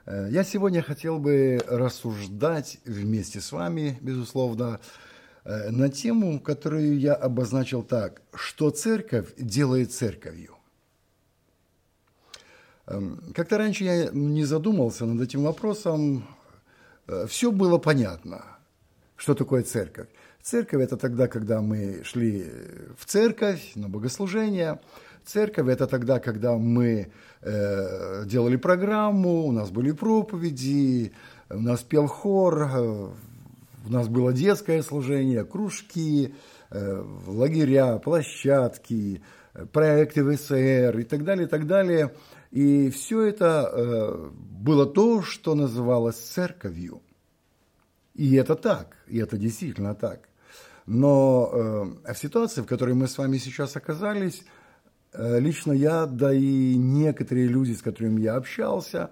Я сегодня хотел бы рассуждать вместе с вами, безусловно, на тему, которую я обозначил так: что церковь делает церковью. Как-то раньше я не задумался над этим вопросом, все было понятно, что такое церковь. Церковь – это тогда, когда мы шли в церковь на богослужение. Церковь – это тогда, когда мы делали программу, у нас были проповеди, у нас пел хор, у нас было детское служение, кружки, лагеря, площадки, проекты ВСР и так далее, и так далее. И все это было то, что называлось церковью. И это так, и это действительно так. Но в ситуации, в которой мы с вами сейчас оказались, лично я, да и некоторые люди, с которыми я общался,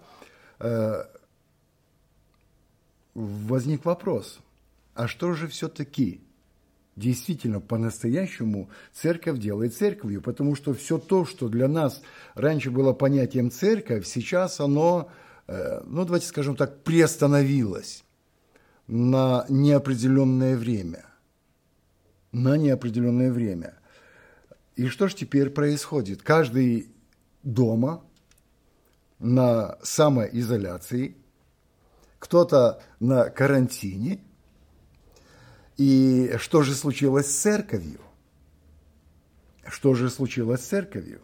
возник вопрос: а что же все-таки действительно по-настоящему церковь делает церковью? Потому что все то, что для нас раньше было понятием церковь, сейчас оно, давайте скажем так, приостановилось на неопределенное время. На неопределенное время. И что же теперь происходит? Каждый дома, на самоизоляции, кто-то на карантине. И что же случилось с церковью? Что же случилось с церковью?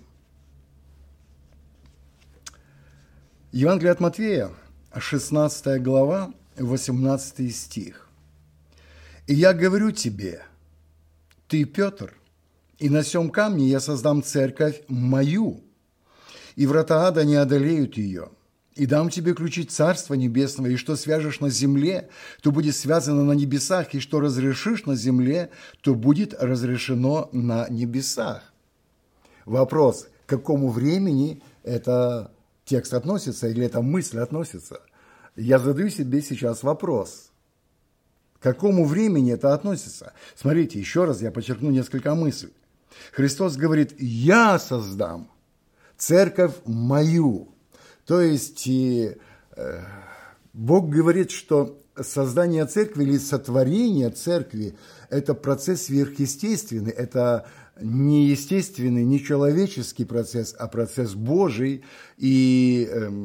Евангелие от Матфея, 16 глава, 18 стих. «И я говорю тебе, ты, Петр, и на сем камне я создам церковь мою, и врата ада не одолеют ее. И дам тебе ключи Царства Небесного, и что свяжешь на земле, то будет связано на небесах, и что разрешишь на земле, то будет разрешено на небесах». Вопрос: к какому времени этот текст относится, или эта мысль относится? Я задаю себе сейчас вопрос: к какому времени это относится? Смотрите, еще раз я подчеркну несколько мыслей. Христос говорит: «Я создам церковь мою». То есть Бог говорит, что создание церкви или сотворение церкви – это процесс сверхъестественный, это не естественный, не человеческий процесс, а процесс Божий и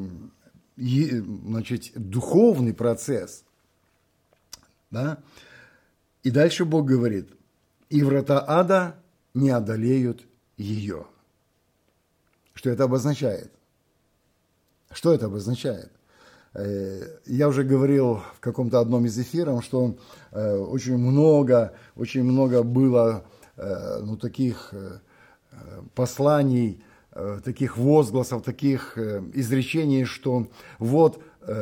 духовный процесс. Да? И дальше Бог говорит: «И врата ада не одолеют ее». Что это обозначает? Что это обозначает? Я уже говорил в каком-то одном из эфиров, что очень много было таких посланий, таких возгласов, таких изречений, что вот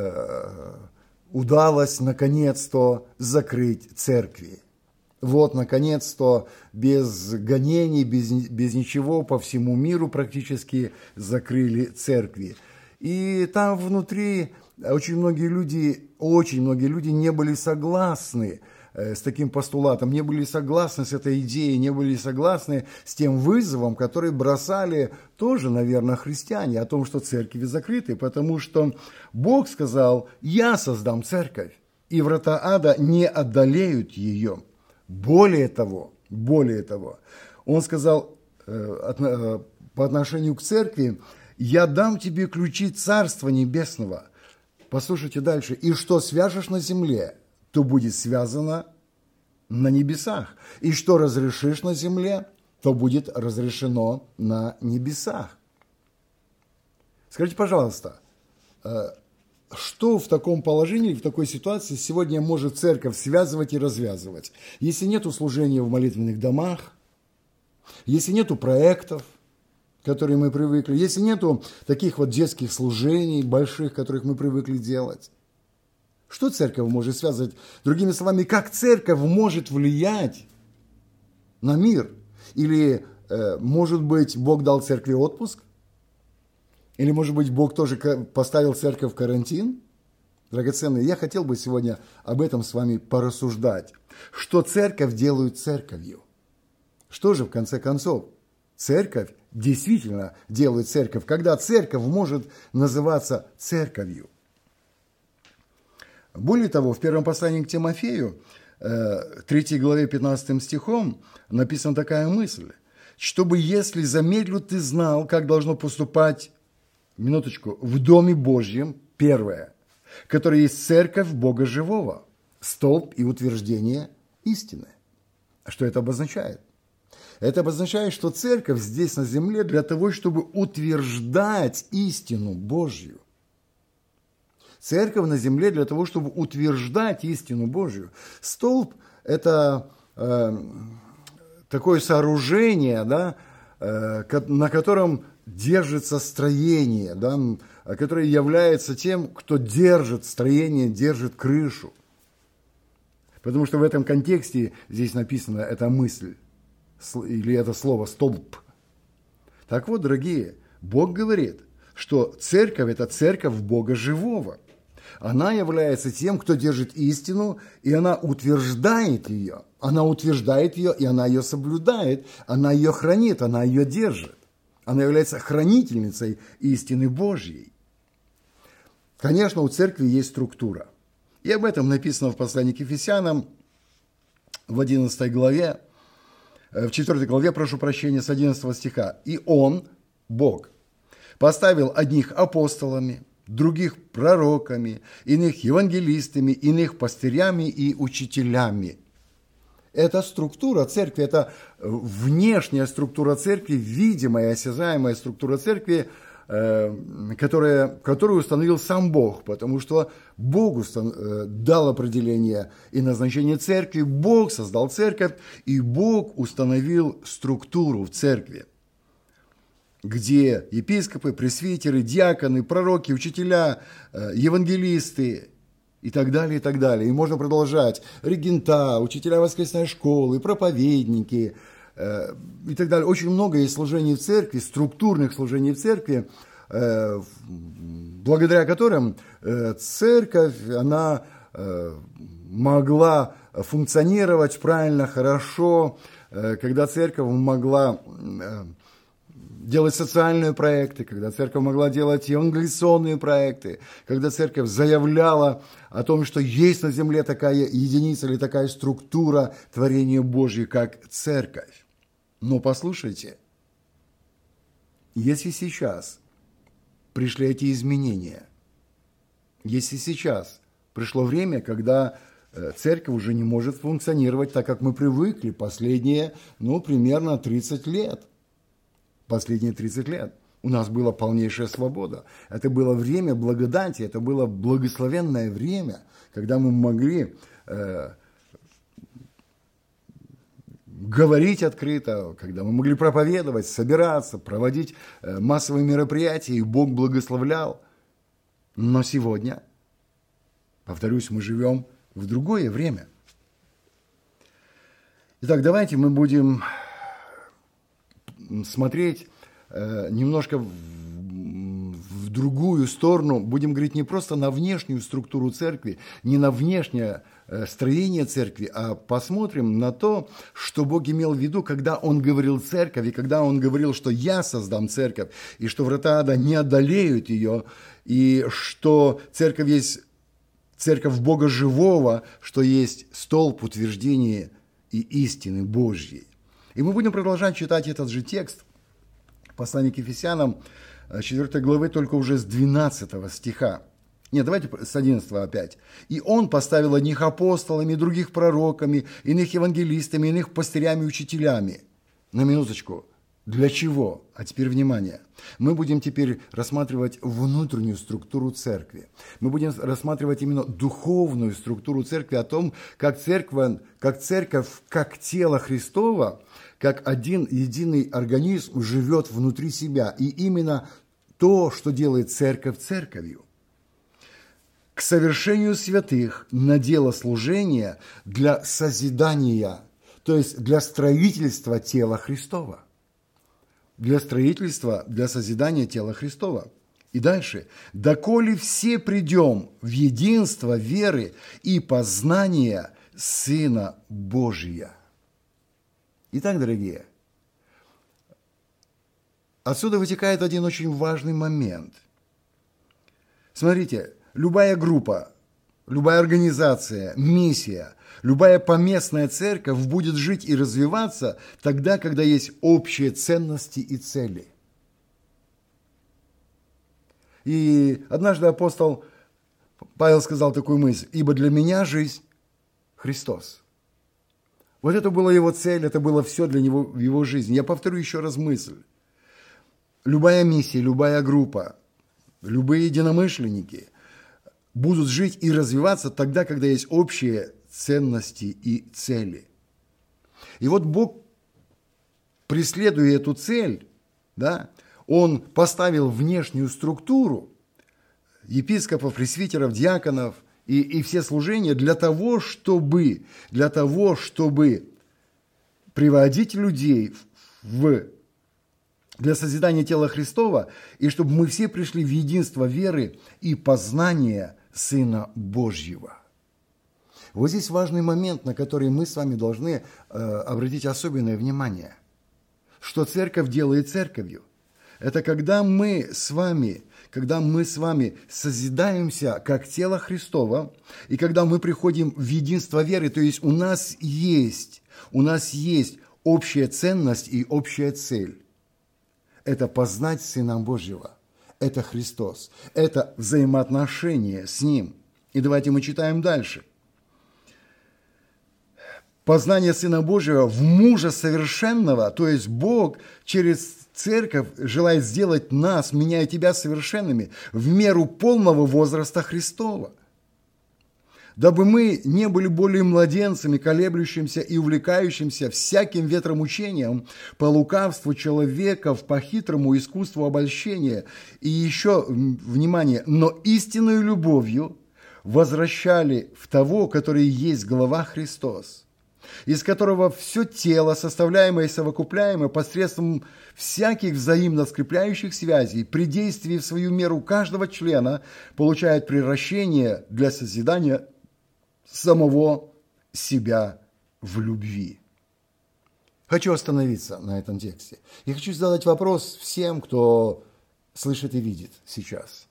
удалось наконец-то закрыть церкви. Вот, наконец-то, без гонений, без ничего, по всему миру практически закрыли церкви. И там внутри очень многие люди не были согласны с таким постулатом, не были согласны с этой идеей, не были согласны с тем вызовом, который бросали тоже, наверное, христиане, о том, что церкви закрыты, потому что Бог сказал: «Я создам церковь, и врата ада не одолеют ее». Более того, Он сказал по отношению к церкви: «Я дам тебе ключи Царства Небесного». Послушайте дальше. «И что свяжешь на земле, то будет связано на небесах. И что разрешишь на земле, то будет разрешено на небесах». Скажите, пожалуйста, что в таком положении, в такой ситуации сегодня может церковь связывать и развязывать? Если нету служения в молитвенных домах, если нету проектов, которые мы привыкли, если нету таких вот детских служений больших, которых мы привыкли делать, что церковь может связывать? Другими словами, как церковь может влиять на мир? Или, может быть, Бог дал церкви отпуск? Или, может быть, Бог тоже поставил церковь в карантин? Драгоценные, я хотел бы сегодня об этом с вами порассуждать. Что церковь делает церковью? Что же, в конце концов, церковь действительно делает церковь? Когда церковь может называться церковью? Более того, в первом послании к Тимофею, 3 главе 15 стихом, написана такая мысль, чтобы, если замедлю, ты знал, как должно поступать, минуточку, в Доме Божьем, первое, который есть церковь Бога Живого, столб и утверждение истины. Что это обозначает? Это обозначает, что церковь здесь на земле для того, чтобы утверждать истину Божью. Церковь на земле для того, чтобы утверждать истину Божью. Столб – это такое сооружение, да, на котором держится строение, да, которое является тем, кто держит строение, держит крышу. Потому что в этом контексте здесь написана эта мысль, или это слово «столб». Так вот, дорогие, Бог говорит, что церковь – это церковь Бога Живого. Она является тем, кто держит истину, и она утверждает ее. Она утверждает ее, и она ее соблюдает, она ее хранит, она ее держит. Она является хранительницей истины Божьей. Конечно, у церкви есть структура. И об этом написано в послании к Ефесянам в 11 главе, в 4 главе, прошу прощения, с 11 стиха. «И Он, Бог, поставил одних апостолами, других пророками, иных евангелистами, иных пастырями и учителями». Это структура церкви, это внешняя структура церкви, видимая, осязаемая структура церкви, которую установил сам Бог, потому что Бог дал определение и назначение церкви, Бог создал церковь, и Бог установил структуру в церкви, где епископы, пресвитеры, диаконы, пророки, учителя, евангелисты и так далее, и так далее. И можно продолжать. Регента, учителя воскресной школы, проповедники и так далее. Очень много есть служений в церкви, структурных служений в церкви, благодаря которым церковь, она могла функционировать правильно, хорошо, когда церковь могла делать социальные проекты, когда церковь могла делать евангелизационные проекты, когда церковь заявляла о том, что есть на земле такая единица или такая структура творения Божьего, как церковь. Но послушайте, если сейчас пришли эти изменения, если сейчас пришло время, когда церковь уже не может функционировать так, как мы привыкли последние, примерно 30 лет, последние 30 лет. У нас была полнейшая свобода. Это было время благодати, это было благословенное время, когда мы могли говорить открыто, когда мы могли проповедовать, собираться, проводить массовые мероприятия, и Бог благословлял. Но сегодня, повторюсь, мы живем в другое время. Итак, давайте мы будем смотреть немножко в другую сторону, будем говорить не просто на внешнюю структуру церкви, не на внешнее строение церкви, а посмотрим на то, что Бог имел в виду, когда Он говорил церковь, и когда Он говорил, что «я создам церковь», и что врата ада не одолеют ее, и что церковь есть церковь Бога Живого, что есть столб утверждения и истины Божьей. И мы будем продолжать читать этот же текст, послание к Ефесянам, 4 главы, только уже с 12 стиха. Нет, давайте с 11 опять. «И Он поставил одних апостолами, других пророками, иных евангелистами, иных пастырями и учителями». На минуточку. Для чего? А теперь внимание. Мы будем теперь рассматривать внутреннюю структуру церкви. Мы будем рассматривать именно духовную структуру церкви, о том, как церковь, как тело Христово, как один единый организм живет внутри себя. И именно то, что делает церковь церковью. К совершению святых на дело служения для созидания, то есть для строительства тела Христова. Для строительства, для созидания тела Христова. И дальше. «Доколе все придем в единство веры и познания Сына Божия». Итак, дорогие, отсюда вытекает один очень важный момент. Смотрите, любая группа, любая организация, миссия, любая поместная церковь будет жить и развиваться тогда, когда есть общие ценности и цели. И однажды апостол Павел сказал такую мысль: «Ибо для меня жизнь – Христос». Вот это была его цель, это было все для него в его жизни. Я повторю еще раз мысль. Любая миссия, любая группа, любые единомышленники будут жить и развиваться тогда, когда есть общие ценности и цели. И вот Бог, преследуя эту цель, да, Он поставил внешнюю структуру епископов, пресвитеров, диаконов и все служения для того, чтобы приводить людей для созидания тела Христова, и чтобы мы все пришли в единство веры и познания Сына Божьего. Вот здесь важный момент, на который мы с вами должны обратить особенное внимание. Что церковь делает церковью? Это когда мы с вами созидаемся как тело Христово, и когда мы приходим в единство веры, то есть у нас есть общая ценность и общая цель. Это познать Сына Божьего. Это Христос. Это взаимоотношения с Ним. И давайте мы читаем дальше. Познание Сына Божьего в мужа совершенного, то есть Бог через церковь желает сделать нас, меня и тебя совершенными в меру полного возраста Христова, дабы мы не были более младенцами, колеблющимся и увлекающимся всяким ветром учением по лукавству человеков, по хитрому искусству обольщения. И еще, внимание, но истинную любовью возвращали в того, который есть глава Христос, из которого все тело, составляемое и совокупляемое посредством всяких взаимно скрепляющих связей, при действии в свою меру каждого члена, получает превращение для созидания самого себя в любви. Хочу остановиться на этом тексте. Я хочу задать вопрос всем, кто слышит и видит сейчас.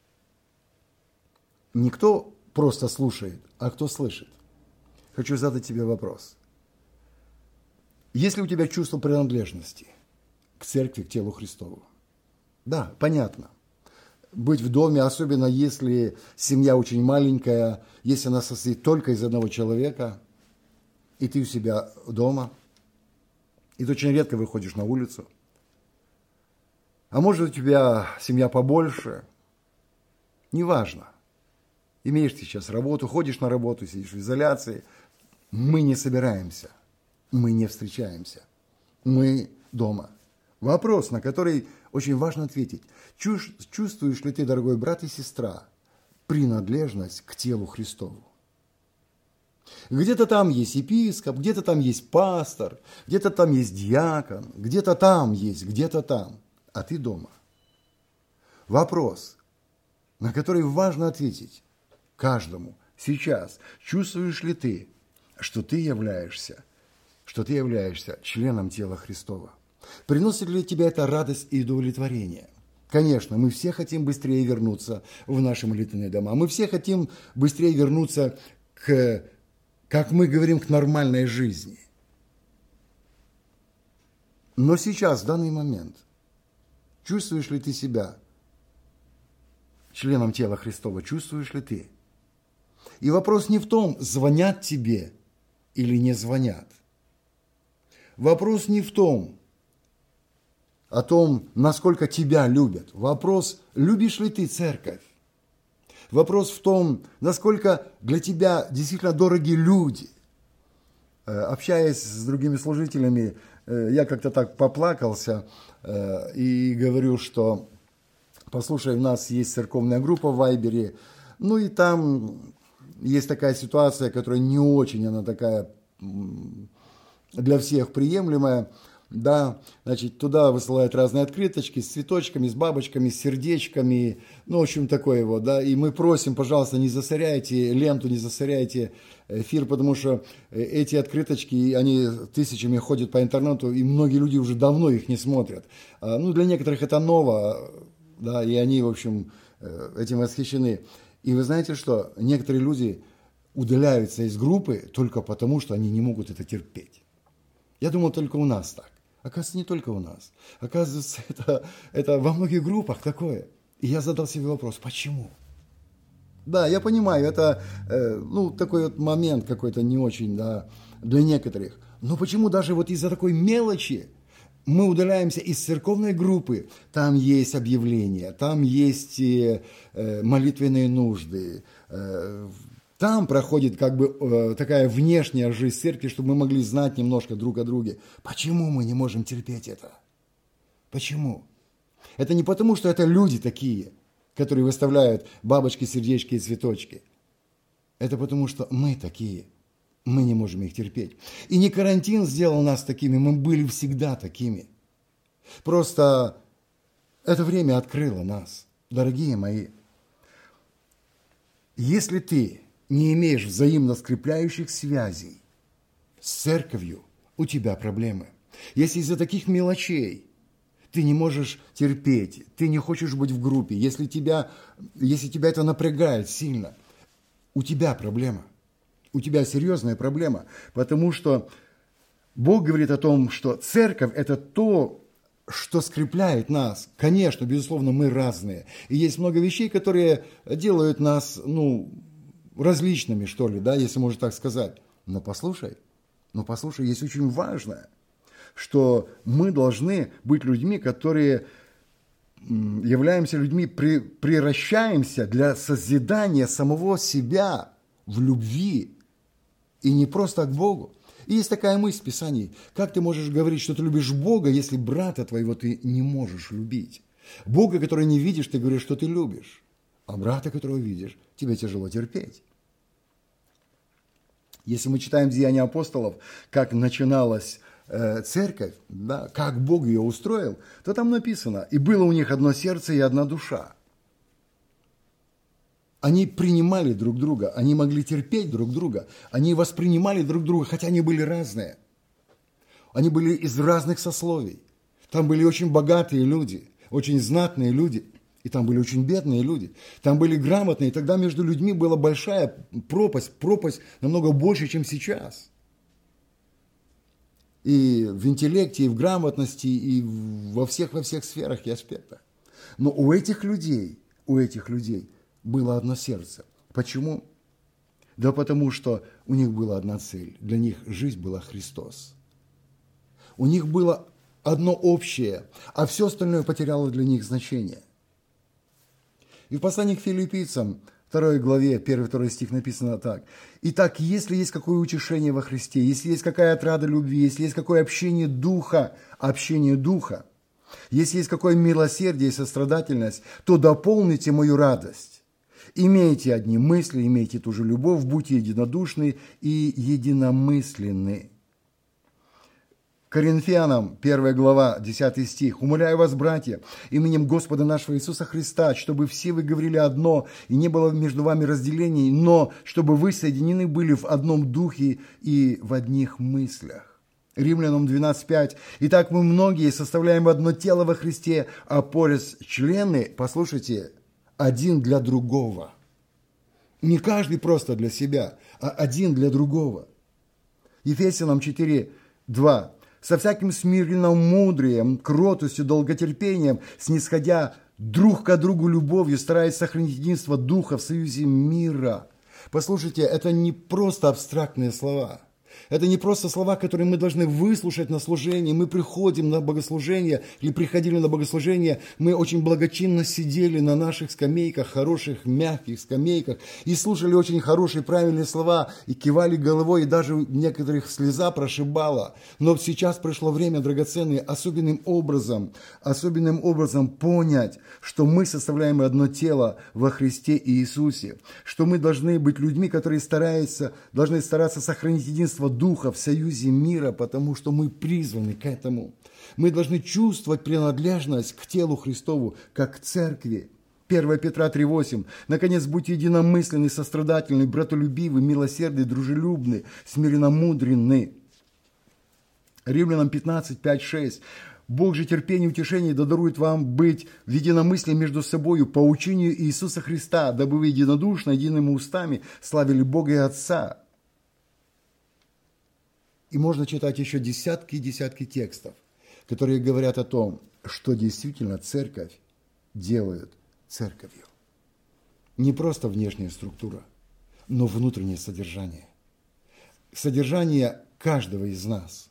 Не кто просто слушает, а кто слышит. Хочу задать тебе вопрос. Есть ли у тебя чувство принадлежности к церкви, к телу Христову? Да, понятно. Быть в доме, особенно если семья очень маленькая, если она состоит только из одного человека, и ты у себя дома, и ты очень редко выходишь на улицу. А может, у тебя семья побольше, неважно. Имеешь ты сейчас работу, ходишь на работу, сидишь в изоляции. Мы не собираемся, мы не встречаемся, мы дома. Вопрос, на который очень важно ответить. Чувствуешь ли ты, дорогой брат и сестра, принадлежность к телу Христову? Где-то там есть епископ, где-то там есть пастор, где-то там есть диакон, где-то там есть, где-то там, а ты дома. Вопрос, на который важно ответить каждому сейчас. Чувствуешь ли ты, что ты являешься членом тела Христова? Приносит ли тебе это радость и удовлетворение? Конечно, мы все хотим быстрее вернуться в наши молитвенные дома. Мы все хотим быстрее вернуться к, как мы говорим, к нормальной жизни. Но сейчас, в данный момент, чувствуешь ли ты себя членом тела Христова? Чувствуешь ли ты? И вопрос не в том, звонят тебе или не звонят. Вопрос не в том, о том, насколько тебя любят. Вопрос, любишь ли ты церковь? Вопрос в том, насколько для тебя действительно дороги люди. Общаясь с другими служителями, я как-то так поплакался и говорю, что, послушай, у нас есть церковная группа в Вайбере, ну и там есть такая ситуация, которая не очень, она такая для всех приемлемая. Да, значит, туда высылают разные открыточки с цветочками, с бабочками, с сердечками, ну, в общем, такое вот, да, и мы просим, пожалуйста, не засоряйте ленту, не засоряйте эфир, потому что эти открыточки, они тысячами ходят по интернету, и многие люди уже давно их не смотрят. Ну, для некоторых это ново, да, и они, в общем, этим восхищены. И вы знаете что? Некоторые люди удаляются из группы только потому, что они не могут это терпеть. Я думал, только у нас так. Оказывается, не только у нас. Оказывается, это во многих группах такое. И я задал себе вопрос, почему? Да, я понимаю, это такой вот момент какой-то не очень, да, для некоторых. Но почему даже вот из-за такой мелочи мы удаляемся из церковной группы? Там есть объявления, там есть молитвенные нужды, там проходит как бы такая внешняя жизнь церкви, чтобы мы могли знать немножко друг о друге. Почему мы не можем терпеть это? Почему? Это не потому, что это люди такие, которые выставляют бабочки, сердечки и цветочки. Это потому, что мы такие. Мы не можем их терпеть. И не карантин сделал нас такими, мы были всегда такими. Просто это время открыло нас. Дорогие мои, если ты не имеешь взаимно скрепляющих связей с церковью, у тебя проблемы. Если из-за таких мелочей ты не можешь терпеть, ты не хочешь быть в группе, если тебя это напрягает сильно, у тебя проблема. У тебя серьезная проблема, потому что Бог говорит о том, что церковь – это то, что скрепляет нас. Конечно, безусловно, мы разные. И есть много вещей, которые делают нас, различными, что ли, да, если можно так сказать. Но послушай, есть очень важное, что мы должны быть людьми, которые являемся людьми, превращаемся для созидания самого себя в любви. И не просто к Богу. И есть такая мысль в Писании. Как ты можешь говорить, что ты любишь Бога, если брата твоего ты не можешь любить? Бога, которого не видишь, ты говоришь, что ты любишь. А брата, которого видишь, тебе тяжело терпеть. Если мы читаем Деяния апостолов, как начиналась церковь, да, как Бог ее устроил, то там написано, и было у них одно сердце и одна душа. Они принимали друг друга, они могли терпеть друг друга, они воспринимали друг друга, хотя они были разные. Они были из разных сословий. Там были очень богатые люди, очень знатные люди, и там были очень бедные люди. Там были грамотные, и тогда между людьми была большая пропасть намного больше, чем сейчас. И в интеллекте, и в грамотности, и во всех сферах и аспектах. Но у этих людей было одно сердце. Почему? Да потому что у них была одна цель. Для них жизнь была Христос. У них было одно общее, а все остальное потеряло для них значение. И в послании к Филиппийцам, 2 главе, 1-2 стих написано так. «Итак, если есть какое утешение во Христе, если есть какая отрада любви, если есть какое общение духа, если есть какое милосердие и сострадательность, то дополните мою радость. Имейте одни мысли, имейте ту же любовь, будьте единодушны и единомысленны». Коринфянам, 1 глава, 10 стих. «Умоляю вас, братья, именем Господа нашего Иисуса Христа, чтобы все вы говорили одно, и не было между вами разделений, но чтобы вы соединены были в одном духе и в одних мыслях». Римлянам 12:5. «Итак, мы многие составляем одно тело во Христе, а порез члены, послушайте, один для другого». Не каждый просто для себя, а один для другого. Ефесянам 4:2. «Со всяким смиренномудрием, кротостью, долготерпением, снисходя друг к другу любовью, стараясь сохранить единство духа в союзе мира». Послушайте, это не просто абстрактные слова. Это не просто слова, которые мы должны выслушать на служении. Мы приходим на богослужение или приходили на богослужение, мы очень благочинно сидели на наших скамейках, хороших, мягких скамейках, и слушали очень хорошие, правильные слова, и кивали головой, и даже некоторых слеза прошибала. Но сейчас пришло время, драгоценные, особенным образом понять, что мы составляем одно тело во Христе Иисусе, что мы должны быть людьми, которые должны стараться сохранить единство Духа в союзе мира, потому что мы призваны к этому. Мы должны чувствовать принадлежность к телу Христову, как к церкви. 1 Петра 3:8. «Наконец, будьте единомысленны, сострадательны, братолюбивы, милосердны, дружелюбны, смиренномудренны». Римлянам 15:5-6. Бог же терпения и утешения да дарует вам быть в единомыслии между собою по учению Иисуса Христа, дабы вы единодушно, едиными устами славили Бога и Отца. И можно читать еще десятки и десятки текстов, которые говорят о том, что действительно церковь делает церковью. Не просто внешняя структура, но внутреннее содержание. Содержание каждого из нас.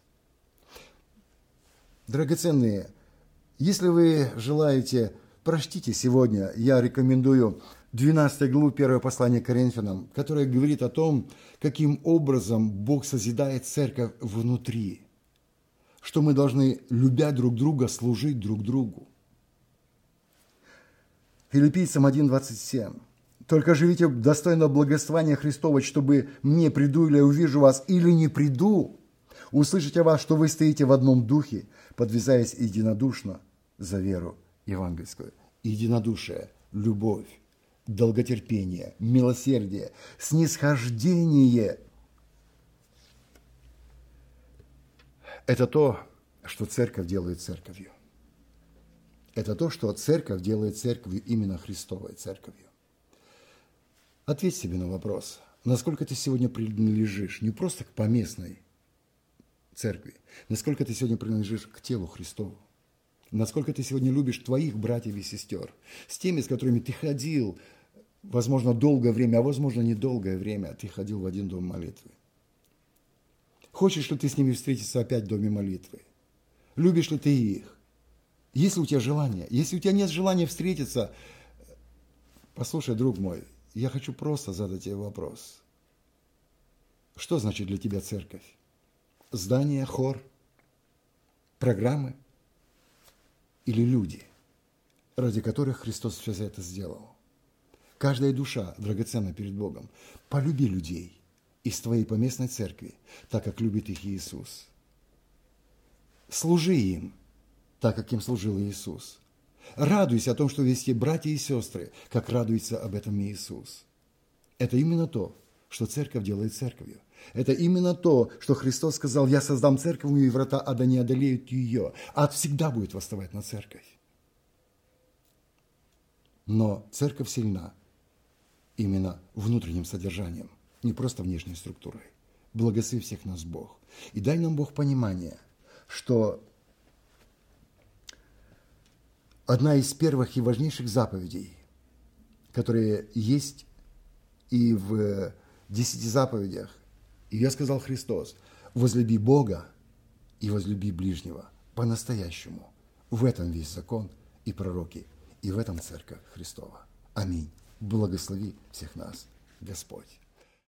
Драгоценные, если вы желаете, прочтите сегодня, я рекомендую 12 главу 1 послания к Коринфянам, которое говорит о том, каким образом Бог созидает церковь внутри, что мы должны, любя друг друга, служить друг другу. Филиппийцам 1:27. «Только живите достойно благословения Христова, чтобы мне, приду или увижу вас, или не приду, услышать о вас, что вы стоите в одном духе, подвязаясь единодушно за веру евангельскую». Единодушие, любовь, долготерпение, милосердие, снисхождение – это то, что церковь делает церковью. Это то, что церковь делает церковью, именно Христовой церковью. Ответь себе на вопрос, насколько ты сегодня принадлежишь не просто к поместной церкви, насколько ты сегодня принадлежишь к телу Христову, насколько ты сегодня любишь твоих братьев и сестер, с теми, с которыми ты ходил, возможно, долгое время, а возможно, недолгое время, ты ходил в один дом молитвы. Хочешь ли ты с ними встретиться опять в доме молитвы? Любишь ли ты их? Есть ли у тебя желание? Если у тебя нет желания встретиться, послушай, друг мой, я хочу просто задать тебе вопрос. Что значит для тебя церковь? Здание, хор, программы или люди, ради которых Христос все это сделал? Каждая душа драгоценна перед Богом. Полюби людей из твоей поместной церкви, так как любит их Иисус. Служи им, так как им служил Иисус. Радуйся о том, что есть братья и сестры, как радуется об этом Иисус. Это именно то, что церковь делает церковью. Это именно то, что Христос сказал: «Я создам церковь, и врата ада не одолеют ее». Ад всегда будет восставать на церковь. Но церковь сильна именно внутренним содержанием, не просто внешней структурой. Благослови всех нас Бог. И дай нам Бог понимание, что одна из первых и важнейших заповедей, которые есть и в 10 заповедях, ее сказал Христос: возлюби Бога и возлюби ближнего по-настоящему. В этом весь закон и пророки, и в этом церковь Христова. Аминь. Благослови всех нас, Господь.